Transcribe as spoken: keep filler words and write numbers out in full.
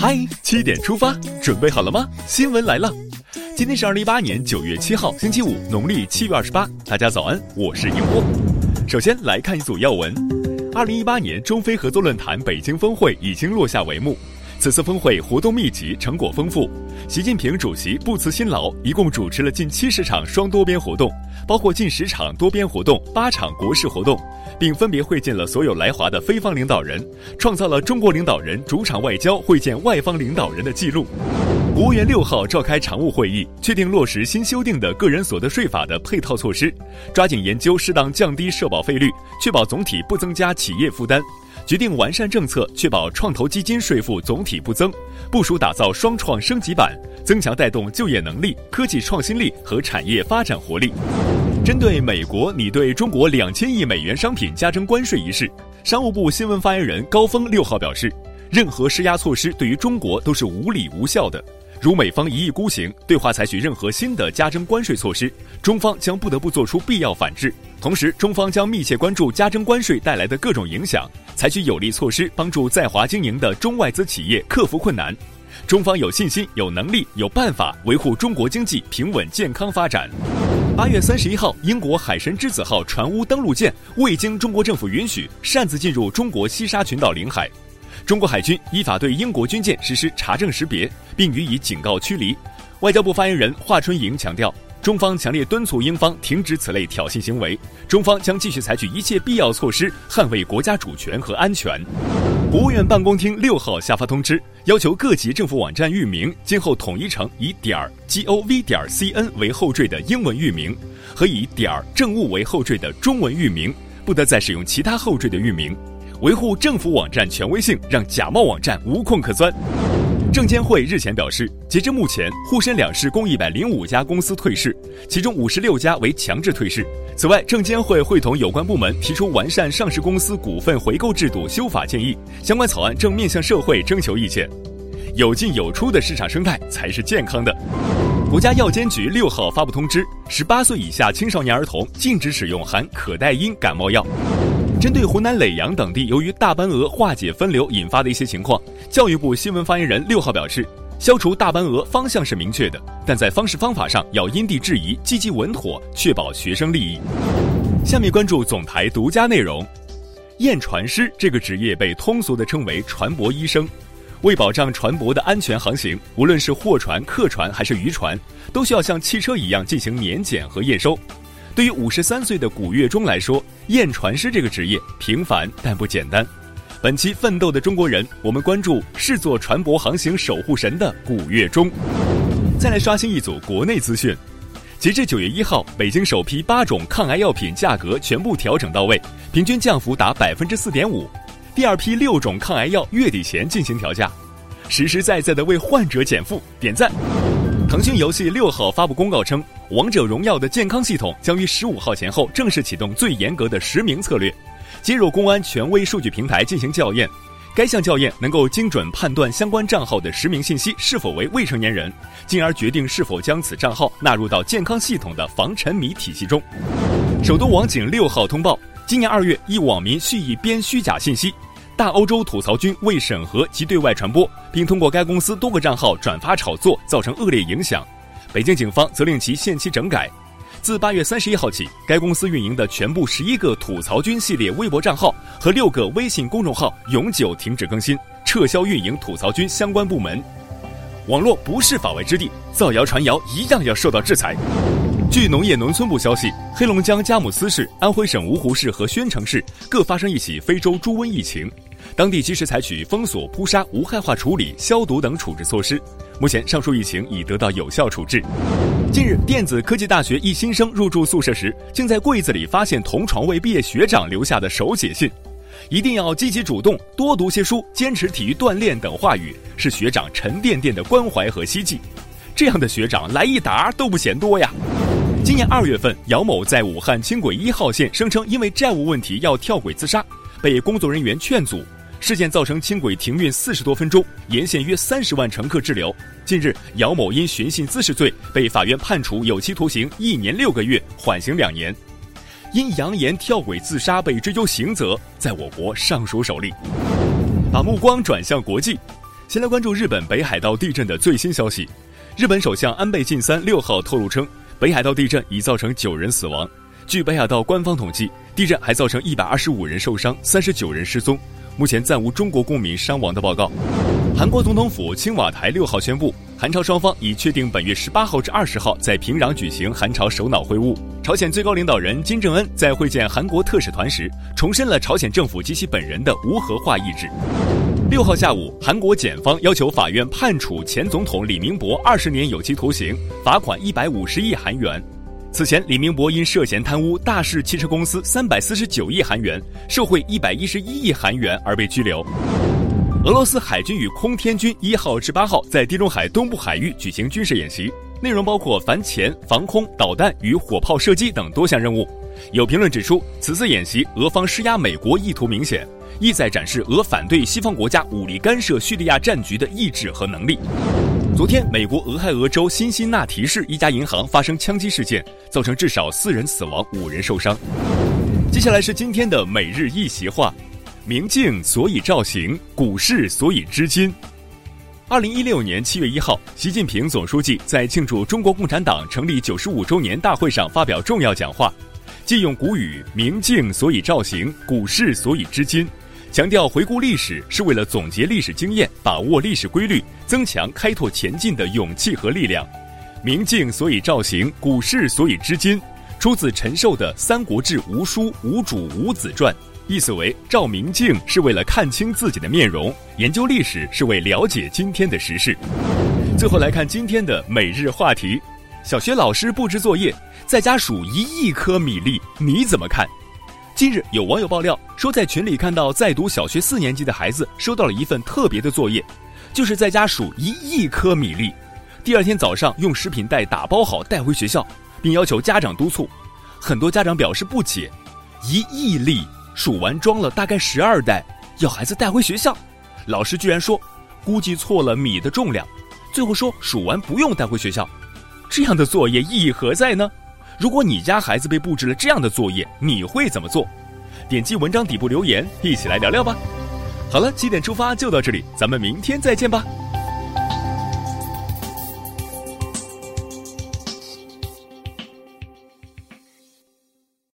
嗨，七点出发，准备好了吗？新闻来了。今天是二零一八年九月七号，星期五，农历七月二十八。大家早安，我是英波。首先来看一组要闻。二零一八年中非合作论坛北京峰会已经落下帷幕。此次峰会活动密集，成果丰富。习近平主席不辞辛劳，一共主持了近七十场双多边活动，包括近十场多边活动、八场国事活动，并分别会见了所有来华的非方领导人，创造了中国领导人主场外交会见外方领导人的记录。国务院六号召开常务会议，确定落实新修订的个人所得税法的配套措施，抓紧研究适当降低社保费率，确保总体不增加企业负担。决定完善政策，确保创投基金税负总体不增，部署打造双创升级版，增强带动就业能力、科技创新力和产业发展活力。针对美国拟对中国两千亿美元商品加征关税一事，商务部新闻发言人高峰六号表示，任何施压措施对于中国都是无理无效的。如美方一意孤行，对华采取任何新的加征关税措施，中方将不得不做出必要反制。同时，中方将密切关注加征关税带来的各种影响，采取有力措施帮助在华经营的中外资企业克服困难。中方有信心、有能力、有办法维护中国经济平稳健康发展。八月三十一号，英国海神之子号船坞登陆舰未经中国政府允许，擅自进入中国西沙群岛领海。中国海军依法对英国军舰实施查证识别，并予以警告驱离。外交部发言人华春莹强调，中方强烈敦促英方停止此类挑衅行为，中方将继续采取一切必要措施，捍卫国家主权和安全。国务院办公厅六号下发通知，要求各级政府网站域名今后统一成以点 gov 点 cn 为后缀的英文域名和以点政务为后缀的中文域名，不得再使用其他后缀的域名。维护政府网站权威性，让假冒网站无空可钻。证监会日前表示，截至目前，沪深两市共一百零五家公司退市，其中五十六家为强制退市。此外，证监会会同有关部门提出完善上市公司股份回购制度修法建议，相关草案正面向社会征求意见。有进有出的市场生态才是健康的。国家药监局六号发布通知，十八岁以下青少年儿童禁止使用含可待因感冒药。针对湖南耒阳等地由于大班鹅化解分流引发的一些情况，教育部新闻发言人六号表示，消除大班鹅方向是明确的，但在方式方法上要因地制宜，积极稳妥，确保学生利益。下面关注总台独家内容。验船师这个职业被通俗地称为船舶医生，为保障船舶的安全航行，无论是货船、客船还是渔船，都需要像汽车一样进行年检和验收。对于五十三岁的古月忠来说，验船师这个职业平凡但不简单。本期奋斗的中国人，我们关注视作船舶航行守护神的古月忠。再来刷新一组国内资讯。截至九月一号，北京首批八种抗癌药品价格全部调整到位，平均降幅达百分之四点五。第二批六种抗癌药月底前进行调价，实实在在的为患者减负，点赞。腾讯游戏六号发布公告称，王者荣耀的健康系统将于十五号前后正式启动最严格的实名策略，接入公安权威数据平台进行校验。该项校验能够精准判断相关账号的实名信息是否为未成年人，进而决定是否将此账号纳入到健康系统的防沉迷体系中。首都网警六号通报，今年二月，一网民蓄意编虚假信息，大欧洲吐槽君未审核及对外传播，并通过该公司多个账号转发炒作，造成恶劣影响。北京警方则令其限期整改。自八月三十一号起，该公司运营的全部十一个吐槽君系列微博账号和六个微信公众号永久停止更新，撤销运营吐槽君相关部门。网络不是法外之地，造谣传谣一样要受到制裁。据农业农村部消息，黑龙江佳木斯市、安徽省芜湖市和宣城市各发生一起非洲猪瘟疫情，当地及时采取封锁、扑杀、无害化处理、消毒等处置措施。目前上述疫情已得到有效处置。近日，电子科技大学一新生入住宿舍时，竟在柜子里发现同床位毕业学长留下的手写信。一定要积极主动，多读些书，坚持体育锻炼等话语，是学长沉甸甸的关怀和希冀。这样的学长来一打都不嫌多呀。今年二月份，姚某在武汉轻轨一号线声称因为债务问题要跳轨自杀，被工作人员劝阻。事件造成轻轨停运四十多分钟，沿线约三十万乘客滞留。近日，姚某因寻衅滋事罪被法院判处有期徒刑一年六个月，缓刑两年。因扬言跳轨自杀被追究刑责，在我国尚属首例。把目光转向国际， 先来关注日本北海道地震的最新消息。日本首相安倍晋三六号透露称，北海道地震已造成九人死亡。据北海道官方统计，地震还造成一百二十五人受伤，三十九人失踪。目前暂无中国公民伤亡的报告。韩国总统府青瓦台六号宣布，韩朝双方已确定本月十八号至二十号在平壤举行韩朝首脑会晤。朝鲜最高领导人金正恩在会见韩国特使团时，重申了朝鲜政府及其本人的无核化意志。六号下午，韩国检方要求法院判处前总统李明博二十年有期徒刑，罚款一百五十亿韩元。此前，李明博因涉嫌贪污大势汽车公司三百四十九亿韩元，受贿一百一十一亿韩元而被拘留。俄罗斯海军与空天军一号至八号在地中海东部海域举行军事演习，内容包括反潜、防空、导弹与火炮射击等多项任务。有评论指出，此次演习俄方施压美国意图明显，意在展示俄反对西方国家武力干涉叙利亚战局的意志和能力。昨天，美国俄亥俄州辛辛那提市一家银行发生枪击事件，造成至少四人死亡，五人受伤。接下来是今天的每日一席话：明镜所以照行，古事所以知今。二零一六年七月一号，习近平总书记在庆祝中国共产党成立九十五周年大会上发表重要讲话，借用古语“明镜所以照行，古事所以知今”，强调回顾历史是为了总结历史经验，把握历史规律，增强开拓前进的勇气和力量。明镜所以照行，古事所以知今，出自陈寿的《三国志·吴书·吴主吴子传》，意思为照明镜是为了看清自己的面容，研究历史是为了解今天的时事。最后来看今天的每日话题：小学老师布置作业，在家数一亿颗米粒，你怎么看？近日有网友爆料说，在群里看到在读小学四年级的孩子收到了一份特别的作业，就是在家数一亿颗米粒，第二天早上用食品袋打包好带回学校，并要求家长督促。很多家长表示不解，一亿粒数完装了大概十二袋，要孩子带回学校。老师居然说估计错了米的重量，最后说数完不用带回学校。这样的作业意义何在呢？如果你家孩子被布置了这样的作业，你会怎么做？点击文章底部留言，一起来聊聊吧。好了，七点出发就到这里，咱们明天再见吧。